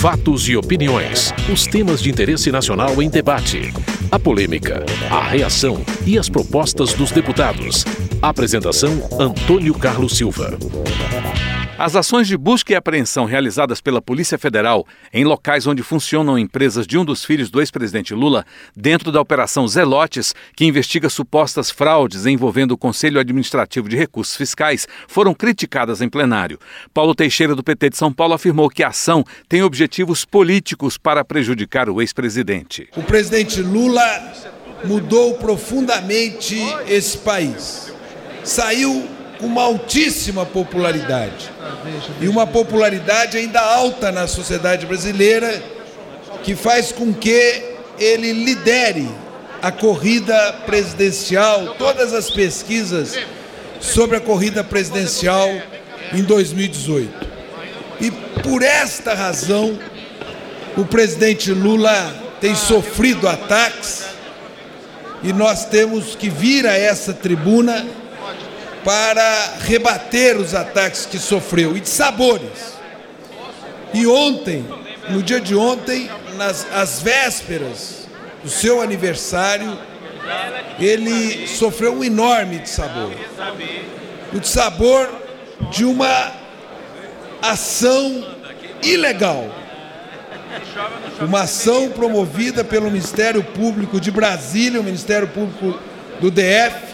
Fatos e opiniões. Os temas de interesse nacional em debate. A polêmica, a reação e as propostas dos deputados. Apresentação: Antônio Carlos Silva. As ações de busca e apreensão realizadas pela Polícia Federal em locais onde funcionam empresas de um dos filhos do ex-presidente Lula, dentro da Operação Zelotes, que investiga supostas fraudes envolvendo o Conselho Administrativo de Recursos Fiscais, foram criticadas em plenário. Paulo Teixeira, do PT de São Paulo, afirmou que a ação tem objetivos políticos para prejudicar o ex-presidente. O presidente Lula mudou profundamente esse país. Saiu com uma altíssima popularidade. E uma popularidade ainda alta na sociedade brasileira, que faz com que ele lidere a corrida presidencial, todas as pesquisas sobre a corrida presidencial em 2018. E por esta razão, o presidente Lula tem sofrido ataques e nós temos que vir a essa tribuna para rebater os ataques que sofreu, e de sabores. E ontem, no dia de ontem, às vésperas do seu aniversário, ele sofreu um enorme dissabor. O dissabor de uma ação ilegal. Uma ação promovida pelo Ministério Público de Brasília, o Ministério Público do DF,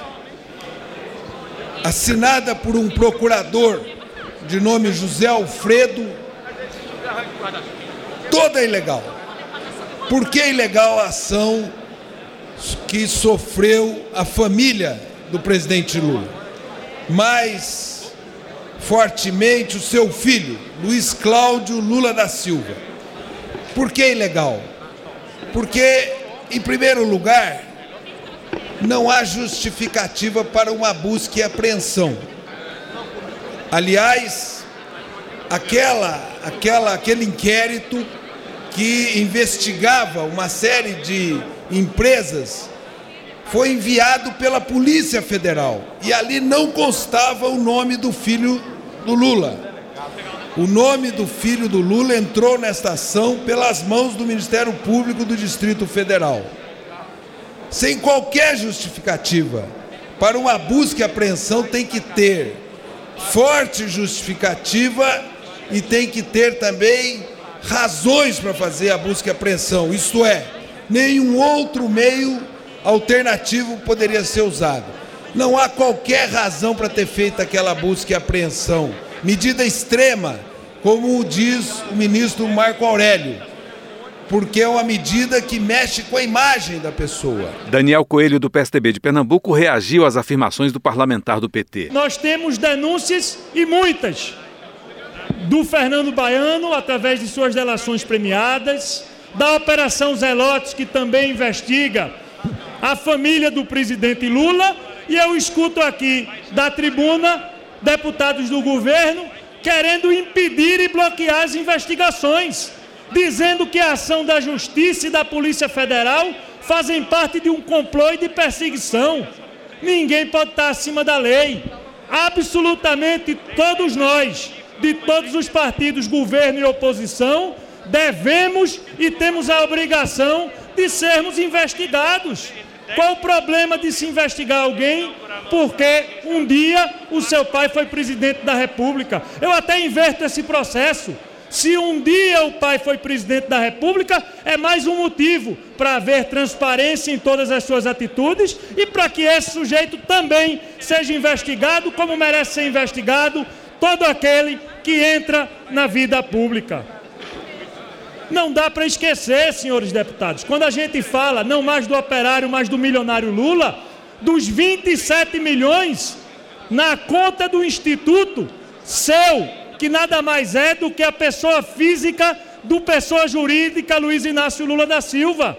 assinada por um procurador de nome José Alfredo, toda ilegal. Por que ilegal a ação que sofreu a família do presidente Lula? Mais fortemente o seu filho, Luiz Cláudio Lula da Silva. Por que ilegal? Porque, em primeiro lugar, não há justificativa para uma busca e apreensão. Aliás, aquele inquérito que investigava uma série de empresas foi enviado pela Polícia Federal e ali não constava o nome do filho do Lula. O nome do filho do Lula entrou nesta ação pelas mãos do Ministério Público do Distrito Federal. Sem qualquer justificativa. Para uma busca e apreensão tem que ter forte justificativa e tem que ter também razões para fazer a busca e apreensão. Isto é, nenhum outro meio alternativo poderia ser usado. Não há qualquer razão para ter feito aquela busca e apreensão. Medida extrema, como diz o ministro Marco Aurélio, porque é uma medida que mexe com a imagem da pessoa. Daniel Coelho, do PSDB de Pernambuco, reagiu às afirmações do parlamentar do PT. Nós temos denúncias, e muitas, do Fernando Baiano, através de suas delações premiadas, da Operação Zelotes, que também investiga a família do presidente Lula, e eu escuto aqui da tribuna deputados do governo querendo impedir e bloquear as investigações, dizendo que a ação da Justiça e da Polícia Federal fazem parte de um complô e de perseguição. Ninguém pode estar acima da lei. Absolutamente todos nós, de todos os partidos, governo e oposição, devemos e temos a obrigação de sermos investigados. Qual o problema de se investigar alguém porque um dia o seu pai foi presidente da República? Eu até inverto esse processo. Se um dia o pai foi presidente da República, é mais um motivo para haver transparência em todas as suas atitudes e para que esse sujeito também seja investigado como merece ser investigado todo aquele que entra na vida pública. Não dá para esquecer, senhores deputados, quando a gente fala não mais do operário, mas do milionário Lula, dos 27 milhões na conta do Instituto seu, que nada mais é do que a pessoa física do pessoa jurídica Luiz Inácio Lula da Silva.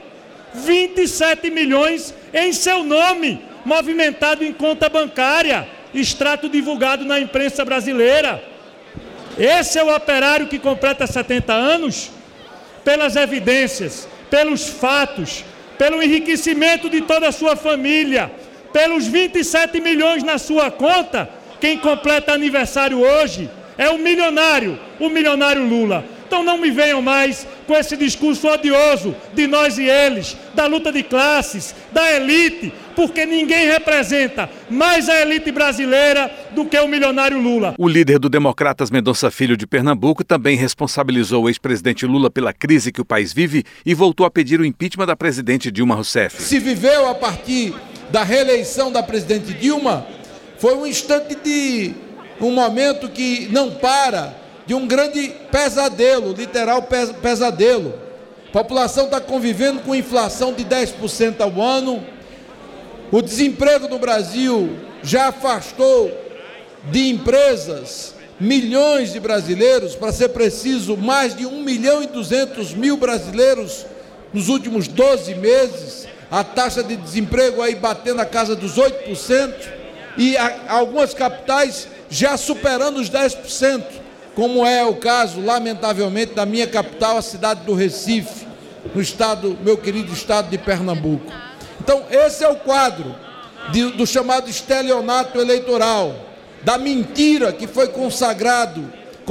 27 milhões em seu nome, movimentado em conta bancária, extrato divulgado na imprensa brasileira. Esse é o operário que completa 70 anos? Pelas evidências, pelos fatos, pelo enriquecimento de toda a sua família, pelos 27 milhões na sua conta, quem completa aniversário hoje é o milionário Lula. Então não me venham mais com esse discurso odioso de nós e eles, da luta de classes, da elite, porque ninguém representa mais a elite brasileira do que o milionário Lula. O líder do Democratas, Mendonça Filho, de Pernambuco, também responsabilizou o ex-presidente Lula pela crise que o país vive e voltou a pedir o impeachment da presidente Dilma Rousseff. Se viveu a partir da reeleição da presidente Dilma, foi um instante de um momento que não para, de um grande pesadelo, literal pesadelo. A população está convivendo com inflação de 10% ao ano. O desemprego no Brasil já afastou de empresas milhões de brasileiros, para ser preciso, mais de 1.200.000 brasileiros nos últimos 12 meses. A taxa de desemprego aí batendo a casa dos 8% e algumas capitais já superando os 10%, como é o caso, lamentavelmente, da minha capital, a cidade do Recife, no estado, meu querido estado de Pernambuco. Então, esse é o quadro do chamado estelionato eleitoral, da mentira que foi consagrada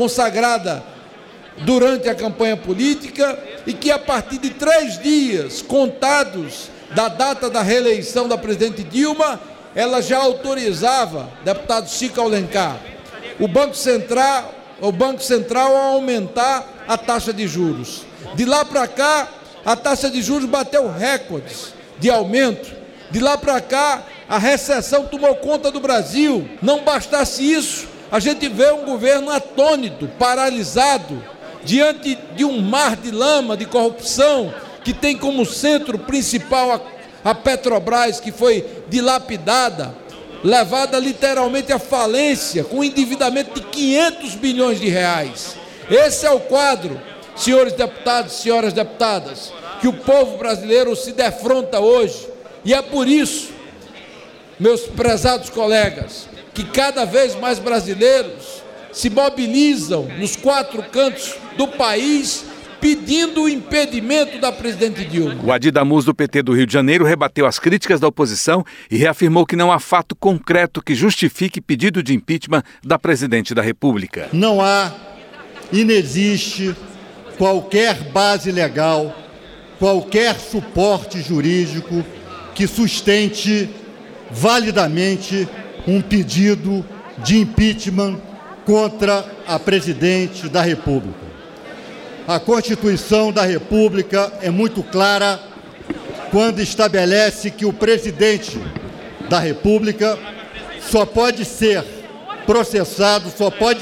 durante a campanha política e que, a partir de 3 dias contados da data da reeleição da presidente Dilma, ela já autorizava, deputado Chico Alencar, o Banco Central a aumentar a taxa de juros. De lá para cá, a taxa de juros bateu recordes de aumento. De lá para cá, a recessão tomou conta do Brasil. Não bastasse isso, a gente vê um governo atônito, paralisado, diante de um mar de lama, de corrupção, que tem como centro principal a Petrobras, que foi dilapidada, levada literalmente à falência, com um endividamento de 500 bilhões de reais. Esse é o quadro, senhores deputados, senhoras deputadas, que o povo brasileiro se defronta hoje. E é por isso, meus prezados colegas, que cada vez mais brasileiros se mobilizam nos 4 cantos do país pedindo o impedimento da presidente Dilma. O Adi Damus, do PT do Rio de Janeiro, rebateu as críticas da oposição e reafirmou que não há fato concreto que justifique pedido de impeachment da presidente da República. Não há e não existe qualquer base legal, qualquer suporte jurídico que sustente validamente um pedido de impeachment contra a presidente da República. A Constituição da República é muito clara quando estabelece que o presidente da República só pode ser processado, só pode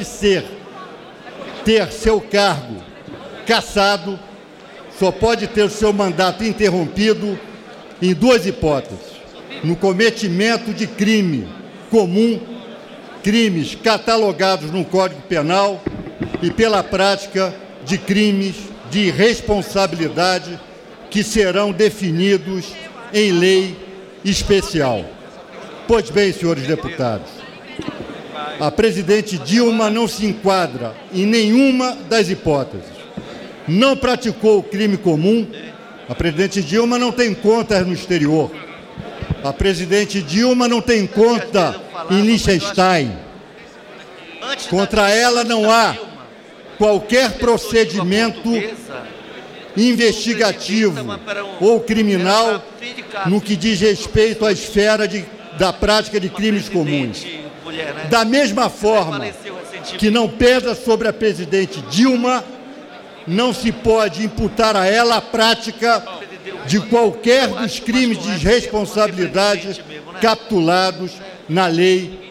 ter seu cargo cassado, só pode ter o seu mandato interrompido em 2 hipóteses: no cometimento de crime comum, crimes catalogados no Código Penal, e pela prática de crimes de irresponsabilidade que serão definidos em lei especial. Pois bem, senhores deputados, a presidente Dilma não se enquadra em nenhuma das hipóteses. Não praticou o crime comum. A presidente Dilma não tem contas no exterior. A presidente Dilma não tem conta em Liechtenstein. Contra ela não há qualquer procedimento investigativo ou criminal no que diz respeito à esfera da prática de crimes comuns. Da mesma forma que não pesa sobre a presidente Dilma, não se pode imputar a ela a prática de qualquer dos crimes de responsabilidade capitulados na Lei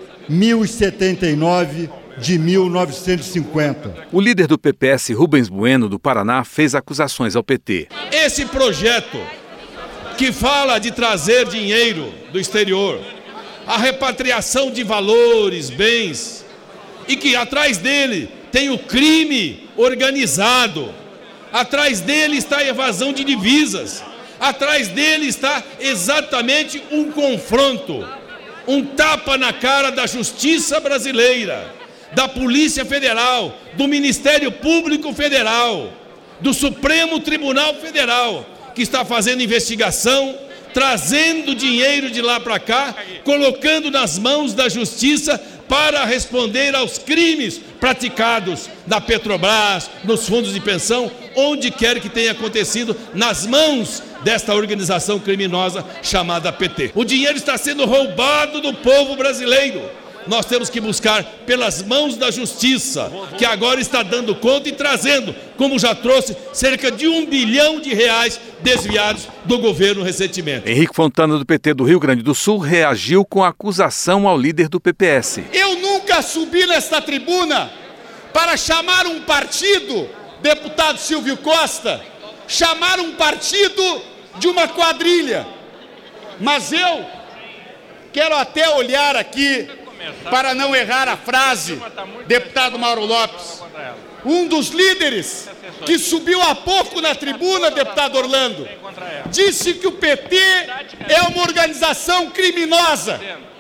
1079 de 1950. O líder do PPS, Rubens Bueno, do Paraná, fez acusações ao PT. Esse projeto que fala de trazer dinheiro do exterior, a repatriação de valores, bens, e que atrás dele tem o crime organizado, atrás dele está a evasão de divisas, atrás dele está exatamente um confronto, um tapa na cara da justiça brasileira, da Polícia Federal, do Ministério Público Federal, do Supremo Tribunal Federal, que está fazendo investigação, trazendo dinheiro de lá para cá, colocando nas mãos da Justiça para responder aos crimes praticados na Petrobras, nos fundos de pensão, onde quer que tenha acontecido, nas mãos desta organização criminosa chamada PT. O dinheiro está sendo roubado do povo brasileiro. Nós temos que buscar pelas mãos da justiça, que agora está dando conta e trazendo, como já trouxe, cerca de R$1 bilhão desviados do governo recentemente. Henrique Fontana, do PT do Rio Grande do Sul, reagiu com a acusação ao líder do PPS. Eu nunca subi nesta tribuna para chamar um partido, deputado Silvio Costa, chamar um partido de uma quadrilha. Mas eu quero até olhar aqui, para não errar a frase, deputado Mauro Lopes, um dos líderes que subiu há pouco na tribuna, deputado Orlando, disse que o PT é uma organização criminosa.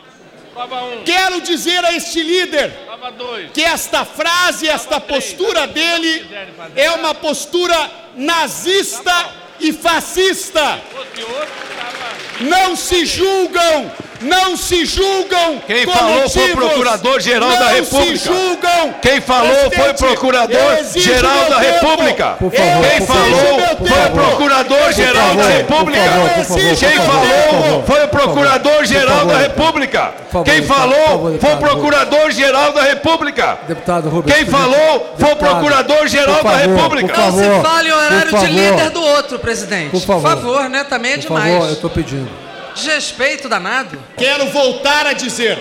Quero dizer a este líder que esta frase, esta postura dele é uma postura nazista e fascista. Não se julgam. Quem falou foi o Procurador-Geral da República. Quem falou foi o Procurador-Geral da República. Quem falou foi o Procurador-Geral da República. Quem falou foi o Procurador-Geral da República. Quem falou foi o Procurador-Geral da República. Quem falou foi o Procurador-Geral da República. Não se fale o horário de líder do outro, presidente. Por favor, né? Também é demais. Por favor, eu estou pedindo. Desrespeito danado. Quero voltar a dizer,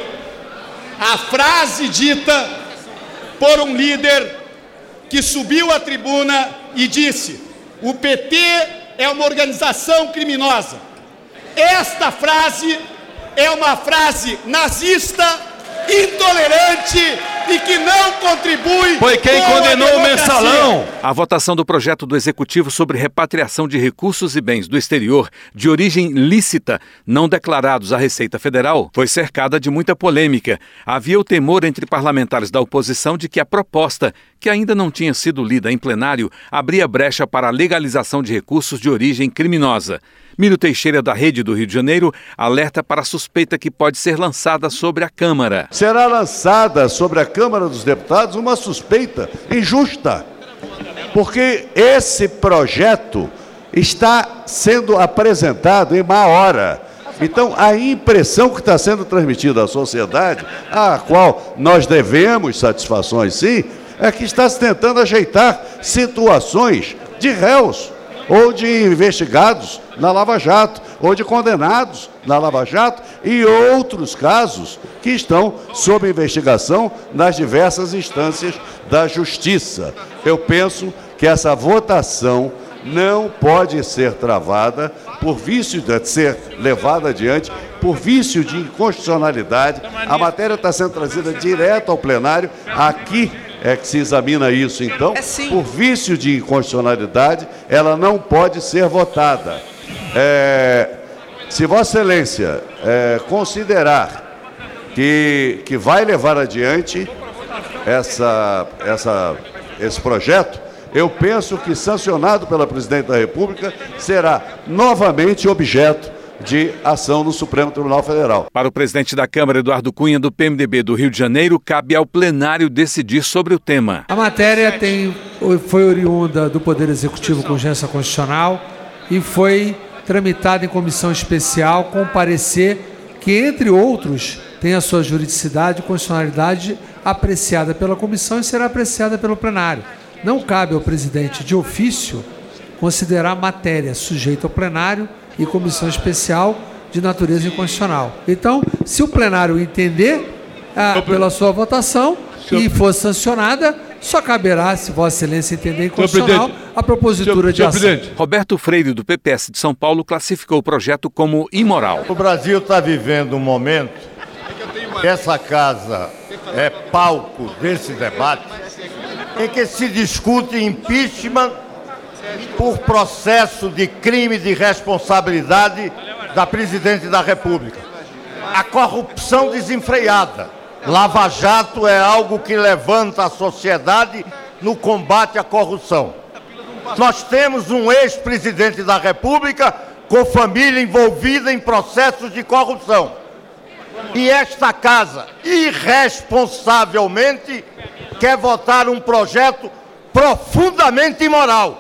a frase dita por um líder que subiu à tribuna e disse: o PT é uma organização criminosa. Esta frase é uma frase nazista, intolerante e que não contribui. Foi quem condenou o mensalão. A votação do projeto do Executivo sobre repatriação de recursos e bens do exterior de origem lícita não declarados à Receita Federal foi cercada de muita polêmica. Havia o temor entre parlamentares da oposição de que a proposta, que ainda não tinha sido lida em plenário, abria brecha para a legalização de recursos de origem criminosa. Mílio Teixeira, da Rede do Rio de Janeiro, alerta para a suspeita que pode ser lançada sobre a Câmara. Será lançada sobre a Câmara dos Deputados uma suspeita injusta, porque esse projeto está sendo apresentado em má hora. Então, a impressão que está sendo transmitida à sociedade, à qual nós devemos satisfações sim, é que está se tentando ajeitar situações de réus ou de investigados na Lava Jato, ou de condenados na Lava Jato, e outros casos que estão sob investigação nas diversas instâncias da Justiça. Eu penso que essa votação não pode ser travada por vício de ser levada adiante, por vício de inconstitucionalidade. A matéria está sendo trazida direto ao plenário, aqui é que se examina isso, então, por vício de inconstitucionalidade, ela não pode ser votada. Se Vossa Excelência considerar que vai levar adiante esse projeto, eu penso que, sancionado pela Presidente da República, será novamente objeto de ação no Supremo Tribunal Federal. Para o presidente da Câmara, Eduardo Cunha, do PMDB do Rio de Janeiro, cabe ao plenário decidir sobre o tema. A matéria foi oriunda do Poder Executivo com urgência constitucional e foi tramitada em comissão especial com parecer que, entre outros, tem a sua juridicidade e constitucionalidade apreciada pela comissão e será apreciada pelo plenário. Não cabe ao presidente de ofício considerar matéria sujeita ao plenário e comissão especial de natureza inconstitucional. Então, se o plenário entender pela sua votação e for sancionada, só caberá, se Vossa Excelência entender inconstitucional, a propositura de ação. Roberto Freire, do PPS de São Paulo, classificou o projeto como imoral. O Brasil está vivendo um momento que essa casa é palco desse debate, em que se discute impeachment por processo de crime de responsabilidade da Presidente da República. A corrupção desenfreada. Lava Jato é algo que levanta a sociedade no combate à corrupção. Nós temos um ex-presidente da República com família envolvida em processos de corrupção. E esta casa, irresponsavelmente, quer votar um projeto profundamente imoral.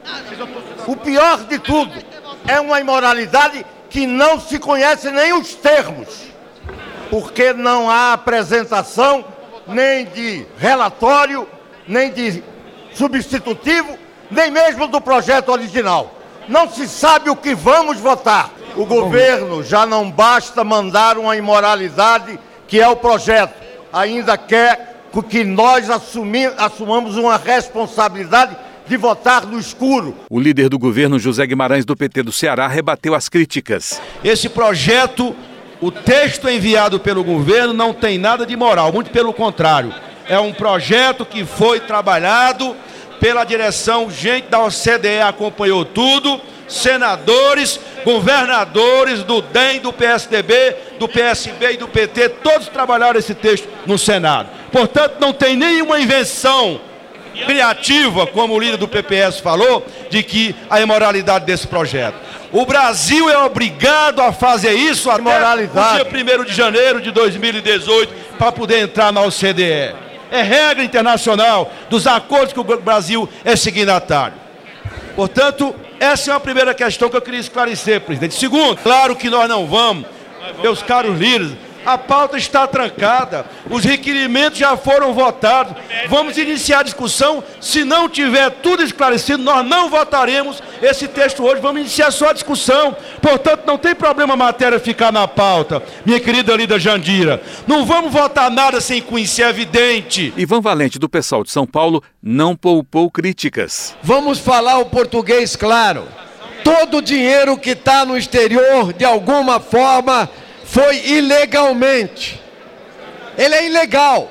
O pior de tudo é uma imoralidade que não se conhece nem os termos, porque não há apresentação nem de relatório, nem de substitutivo, nem mesmo do projeto original. Não se sabe o que vamos votar. O governo já não basta mandar uma imoralidade que é o projeto, ainda quer que nós assumamos uma responsabilidade de votar no escuro. O líder do governo, José Guimarães, do PT do Ceará, rebateu as críticas. Esse projeto, o texto enviado pelo governo não tem nada de moral, muito pelo contrário. É um projeto que foi trabalhado pela direção, gente da OCDE acompanhou tudo, senadores, governadores do DEM, do PSDB, do PSB e do PT, todos trabalharam esse texto no Senado. Portanto, não tem nenhuma invenção criativa, como o líder do PPS falou, de que a imoralidade desse projeto. O Brasil é obrigado a fazer isso até o dia 1º de janeiro de 2018 para poder entrar na OCDE. É regra internacional dos acordos que o Brasil é signatário. Portanto, essa é uma primeira questão que eu queria esclarecer, presidente. Segundo, claro que nós não vamos, meus caros líderes, a pauta está trancada, os requerimentos já foram votados, vamos iniciar a discussão, se não tiver tudo esclarecido, nós não votaremos esse texto hoje, vamos iniciar só a discussão, portanto não tem problema a matéria ficar na pauta, minha querida líder Jandira, não vamos votar nada sem conhecer, é evidente. Ivan Valente, do PSOL de São Paulo, não poupou críticas. Vamos falar o português claro, todo o dinheiro que está no exterior, de alguma forma, foi ilegalmente. Ele é ilegal.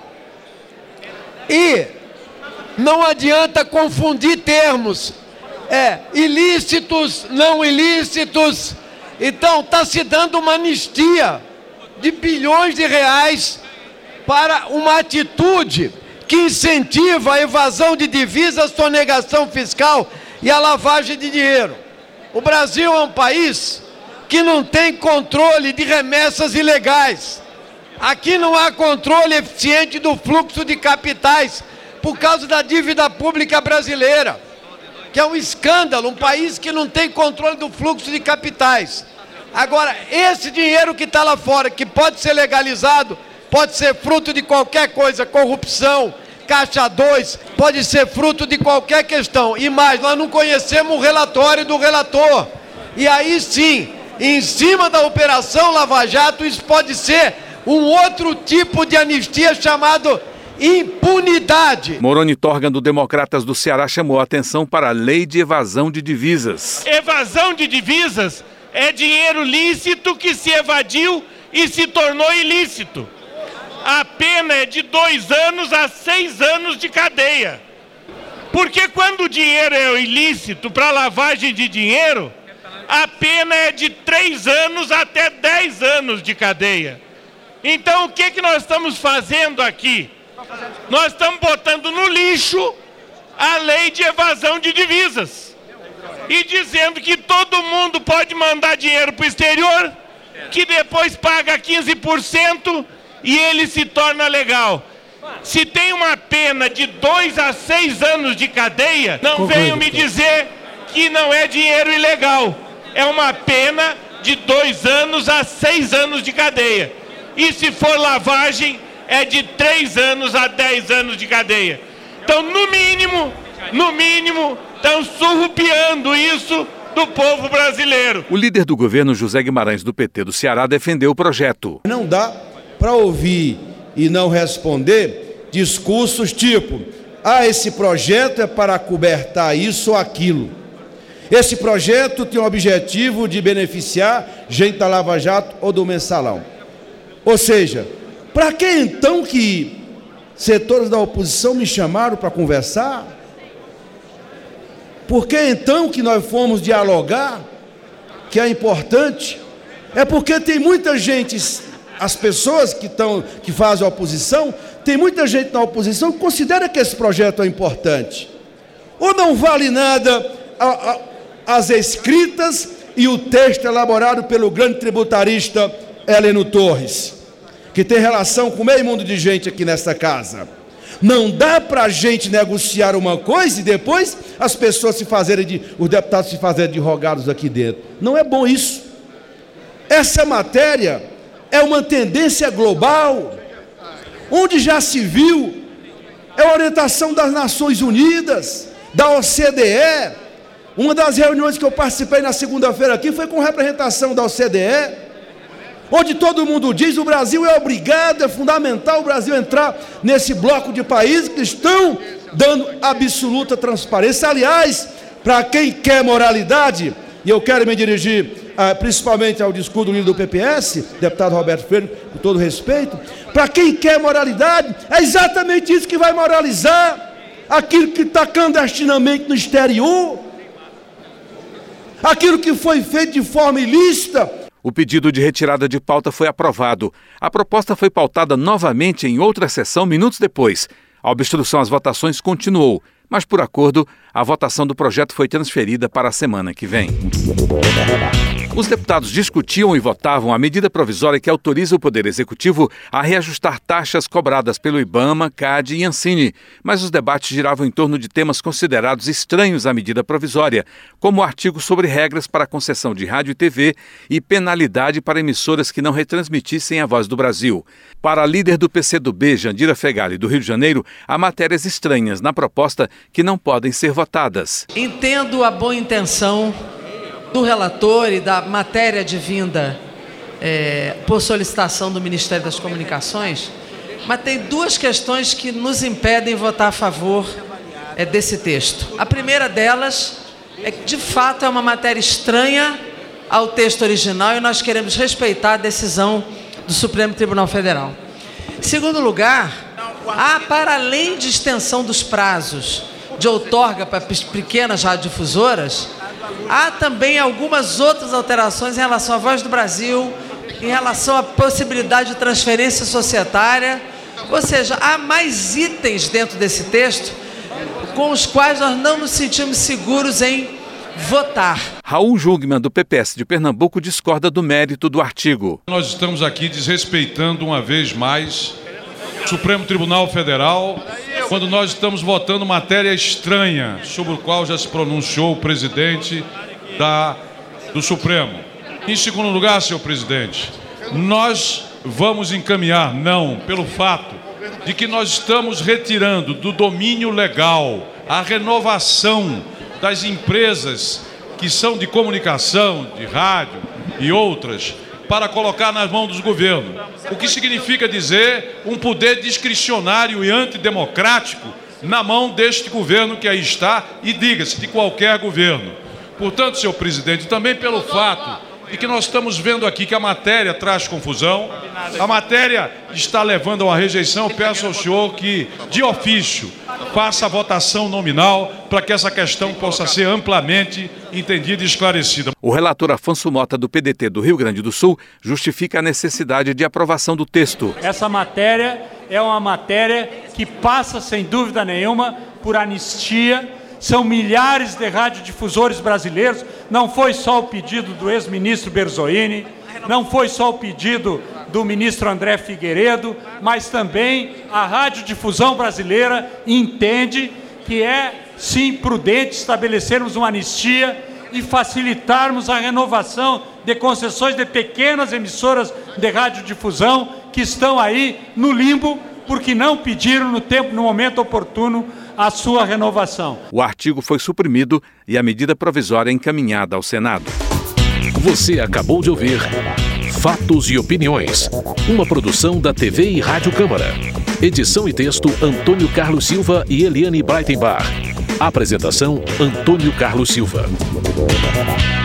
E não adianta confundir termos. Ilícitos, não ilícitos. Então está se dando uma anistia de bilhões de reais para uma atitude que incentiva a evasão de divisas, sonegação fiscal e a lavagem de dinheiro. O Brasil é um país que não tem controle de remessas ilegais. Aqui não há controle eficiente do fluxo de capitais por causa da dívida pública brasileira, que é um escândalo, um país que não tem controle do fluxo de capitais. Agora, esse dinheiro que está lá fora, que pode ser legalizado, pode ser fruto de qualquer coisa, corrupção, Caixa 2, pode ser fruto de qualquer questão. E mais, nós não conhecemos o relatório do relator. E aí sim, em cima da Operação Lava Jato, isso pode ser um outro tipo de anistia chamado impunidade. Moroni Torgan, do Democratas do Ceará, chamou a atenção para a lei de evasão de divisas. Evasão de divisas é dinheiro lícito que se evadiu e se tornou ilícito. A pena é de 2 anos a 6 anos de cadeia. Porque quando o dinheiro é ilícito para lavagem de dinheiro, a pena é de 3 anos até 10 anos de cadeia. Então, o que nós estamos fazendo aqui? Nós estamos botando no lixo a lei de evasão de divisas. E dizendo que todo mundo pode mandar dinheiro para o exterior, que depois paga 15% e ele se torna legal. Se tem uma pena de 2 a 6 anos de cadeia, não venham me dizer que não é dinheiro ilegal. É uma pena de 2 anos a 6 anos de cadeia. E se for lavagem, é de 3 anos a 10 anos de cadeia. Então, no mínimo, estão surrupiando isso do povo brasileiro. O líder do governo, José Guimarães, do PT do Ceará, defendeu o projeto. Não dá para ouvir e não responder discursos tipo: esse projeto é para acobertar isso ou aquilo. Esse projeto tem o objetivo de beneficiar gente da Lava Jato ou do Mensalão. Ou seja, para que então que setores da oposição me chamaram para conversar? Por que então que nós fomos dialogar, que é importante? É porque tem muita gente, as pessoas que fazem a oposição, tem muita gente na oposição que considera que esse projeto é importante. Ou não vale nada as escritas e o texto elaborado pelo grande tributarista Heleno Torres. que tem relação com meio mundo de gente aqui nesta casa. Não dá para a gente negociar uma coisa e depois as pessoas os deputados se fazerem de rogados aqui dentro. Não é bom isso. Essa matéria é uma tendência global, onde já se viu, é a orientação das Nações Unidas, da OCDE. Uma das reuniões que eu participei na segunda-feira aqui foi com representação da OCDE, onde todo mundo diz que o Brasil é obrigado, é fundamental o Brasil entrar nesse bloco de países que estão dando absoluta transparência. Aliás, para quem quer moralidade, e eu quero me dirigir principalmente ao discurso do líder do PPS, deputado Roberto Freire, com todo respeito, para quem quer moralidade, é exatamente isso que vai moralizar aquilo que está clandestinamente no exterior, aquilo que foi feito de forma ilícita. O pedido de retirada de pauta foi aprovado. A proposta foi pautada novamente em outra sessão minutos depois. A obstrução às votações continuou, mas por acordo, a votação do projeto foi transferida para a semana que vem. Os deputados discutiam e votavam a medida provisória que autoriza o Poder Executivo a reajustar taxas cobradas pelo IBAMA, CAD e Ancine, mas os debates giravam em torno de temas considerados estranhos à medida provisória, como o artigo sobre regras para a concessão de rádio e TV e penalidade para emissoras que não retransmitissem a Voz do Brasil. Para a líder do PCdoB, Jandira Fegali, do Rio de Janeiro, há matérias estranhas na proposta que não podem ser votadas. Entendo a boa intenção do relator e da matéria advinda por solicitação do Ministério das Comunicações, mas tem duas questões que nos impedem votar a favor desse texto. A primeira delas é que, de fato, é uma matéria estranha ao texto original e nós queremos respeitar a decisão do Supremo Tribunal Federal. Em segundo lugar, há, para além de extensão dos prazos de outorga para pequenas radiodifusoras, há também algumas outras alterações em relação à Voz do Brasil, em relação à possibilidade de transferência societária, ou seja, há mais itens dentro desse texto com os quais nós não nos sentimos seguros em votar. Raul Jungmann, do PPS de Pernambuco, discorda do mérito do artigo. Nós estamos aqui desrespeitando uma vez mais o Supremo Tribunal Federal, quando nós estamos votando matéria estranha, sobre o qual já se pronunciou o presidente do Supremo. Em segundo lugar, senhor presidente, nós vamos encaminhar não pelo fato de que nós estamos retirando do domínio legal a renovação das empresas que são de comunicação, de rádio e outras, para colocar nas mãos dos governos. O que significa dizer um poder discricionário e antidemocrático na mão deste governo que aí está, e diga-se, de qualquer governo. Portanto, senhor presidente, também pelo fato de que nós estamos vendo aqui que a matéria traz confusão, a matéria está levando a uma rejeição, eu peço ao senhor que, de ofício, faça a votação nominal para que essa questão possa ser amplamente entendida e esclarecida. O relator Afonso Mota, do PDT do Rio Grande do Sul, justifica a necessidade de aprovação do texto. Essa matéria é uma matéria que passa, sem dúvida nenhuma, por anistia. São milhares de radiodifusores brasileiros. Não foi só o pedido do ex-ministro Berzoini, não foi só o pedido do ministro André Figueiredo, mas também a radiodifusão brasileira entende que é, sim, prudente estabelecermos uma anistia e facilitarmos a renovação de concessões de pequenas emissoras de radiodifusão que estão aí no limbo porque não pediram no momento oportuno a sua renovação. O artigo foi suprimido e a medida provisória encaminhada ao Senado. Você acabou de ouvir Fatos e Opiniões, uma produção da TV e Rádio Câmara. Edição e texto Antônio Carlos Silva e Eliane Breitenbach. Apresentação Antônio Carlos Silva.